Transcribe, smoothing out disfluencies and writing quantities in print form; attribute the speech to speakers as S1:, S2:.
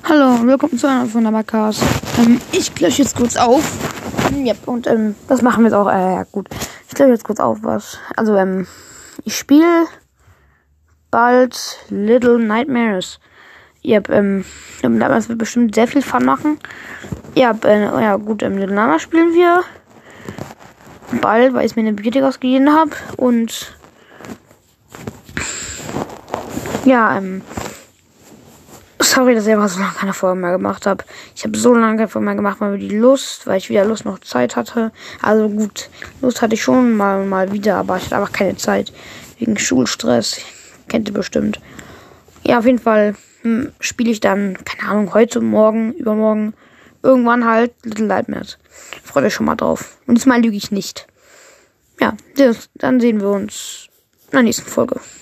S1: Hallo und willkommen zu einer von der Podcast. Ich lösche jetzt kurz auf. Yep, und das machen wir jetzt auch. Ja, gut. Ich lösche jetzt kurz auf was. Also, ich spiele bald Little Nightmares. Yep, das wird bestimmt sehr viel Fun machen. Yep, ja gut, Little Nightmares spielen wir bald, weil ich es mir in der Bibliothek ausgeliehen habe. Und ja, sorry, dass ich einfach so lange keine Folge mehr gemacht habe. Ich habe so lange keine Folge mehr gemacht, weil ich wieder Lust noch Zeit hatte. Also gut, Lust hatte ich schon mal wieder, aber ich hatte einfach keine Zeit. Wegen Schulstress. Kennt ihr bestimmt. Ja, auf jeden Fall spiele ich dann, keine Ahnung, heute, morgen, übermorgen, irgendwann halt Little Nightmares. Freut euch schon mal drauf. Und diesmal lüge ich nicht. Ja, dann sehen wir uns in der nächsten Folge.